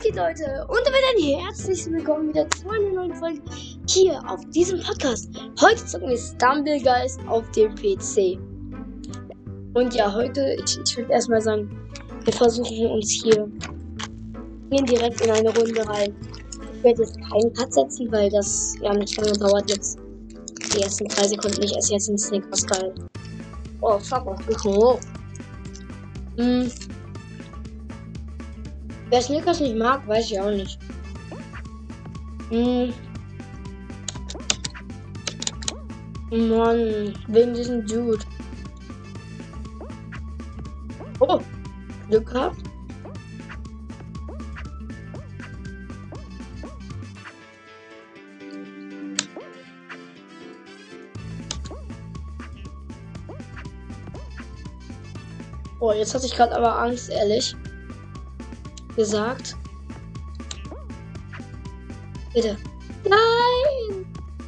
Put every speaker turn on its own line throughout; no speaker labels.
Okay, Leute, und damit ein herzlich willkommen wieder zu einer neuen Folge hier auf diesem Podcast. Heute zocken wir Stumblegeist auf dem PC. Und ja, heute, ich würde erstmal sagen, wir versuchen uns hier, gehen direkt in eine Runde rein. Ich werde jetzt keinen Cut setzen, weil das ja nicht lange dauert jetzt. Die ersten 3 Sekunden, ich esse jetzt einen Snickers, geil. Oh, fuck, was ist hoch. Wer Snickers nicht mag, weiß ich auch nicht. Mann, wegen diesem Dude. Oh, Glück gehabt. Oh, jetzt hatte ich gerade aber Angst, ehrlich gesagt. Bitte. Nein!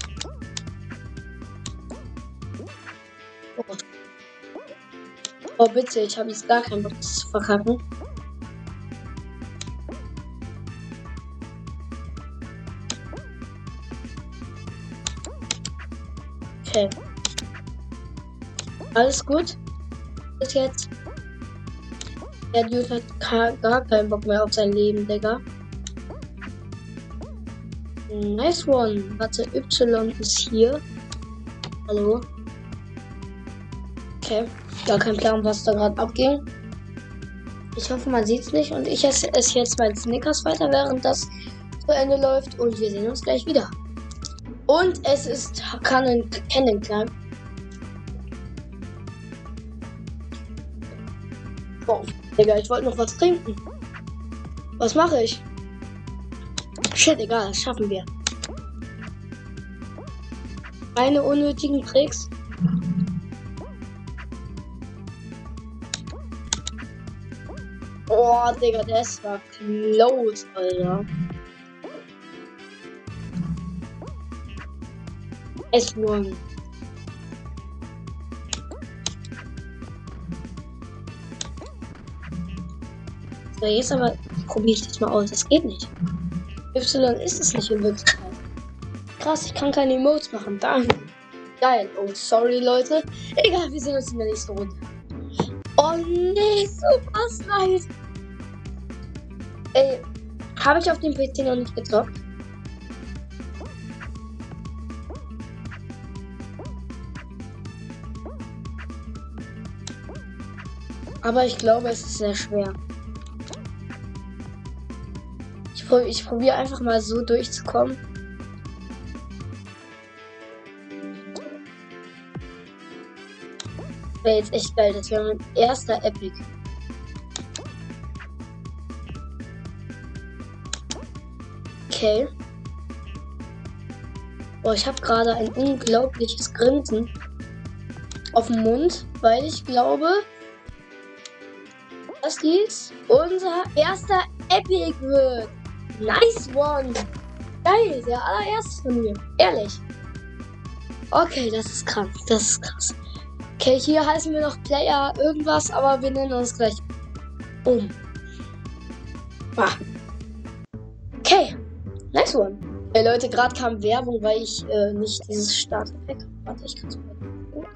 Oh, bitte, ich habe jetzt gar keinen Bock, das zu verkacken. Okay. Alles gut. Bis jetzt. Der Dude hat gar keinen Bock mehr auf sein Leben, Digga. Nice one. Warte, Y ist hier. Hallo. Okay. Gar kein Plan, was da gerade abging. Ich hoffe, man sieht es nicht. Und ich esse jetzt mein Snickers weiter, während das zu Ende läuft. Und wir sehen uns gleich wieder. Und es ist Cannon Climb. Oh, Digga, ich wollte noch was trinken. Was mache ich? Shit, egal, das schaffen wir. Keine unnötigen Tricks. Oh, Digga, das war close, Alter. S1. So, jetzt aber probiere ich das mal aus. Das geht nicht. Y ist es nicht in Wirklichkeit. Krass, ich kann keine Emotes machen. Danke. Geil. Oh, sorry, Leute. Egal, wir sehen uns in der nächsten Runde. Oh, nee, super slide. Ey, habe ich auf dem PC noch nicht gezockt? Aber ich glaube, es ist sehr schwer. Ich probiere einfach mal so durchzukommen. Wäre jetzt echt geil. Das wäre mein erster Epic. Okay. Oh, ich habe gerade ein unglaubliches Grinsen auf dem Mund, weil ich glaube, dass dies unser erster Epic wird. Nice one. Geil, der allererste von mir. Ehrlich. Okay, das ist krass. Das ist krass. Okay, hier heißen wir noch Player irgendwas, aber wir nennen uns gleich um. Ah. Okay. Nice one. Hey Leute, gerade kam Werbung, weil ich nicht dieses Starter-Pack. Warte, ich kann es mal.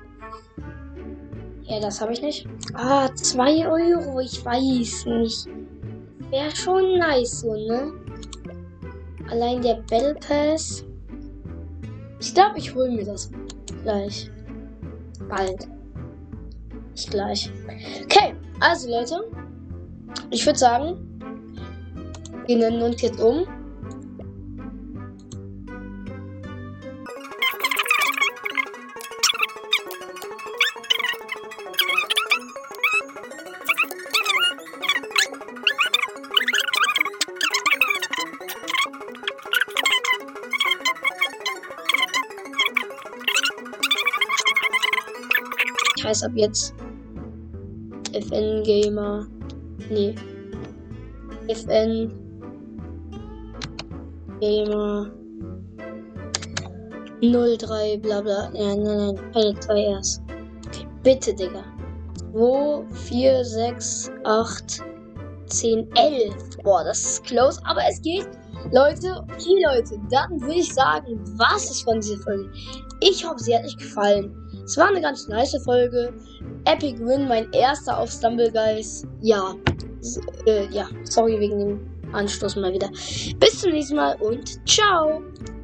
Ja, das habe ich nicht. Ah, 2 Euro. Ich weiß nicht. Wäre schon nice so, ne? Allein der Battle Pass. Ich glaube, ich hole mir das gleich. Bald. Nicht gleich. Okay, also Leute. Ich würde sagen, wir nennen uns jetzt um. Ich heiße ab jetzt FN Gamer. Nee. FN Gamer 03 bla bla. Ja, nein, keine 2 erst. Okay, bitte, Digga. 2, 4, 6, 8, 10, 11. Boah, das ist close, aber es geht. Leute, okay Leute, dann würde ich sagen, was ist von dieser Folge. Ich hoffe, sie hat euch gefallen. Es war eine ganz nice Folge. Epic Win, mein erster auf Stumble Guys. Ja, ja, sorry wegen dem Anstoß mal wieder. Bis zum nächsten Mal und ciao.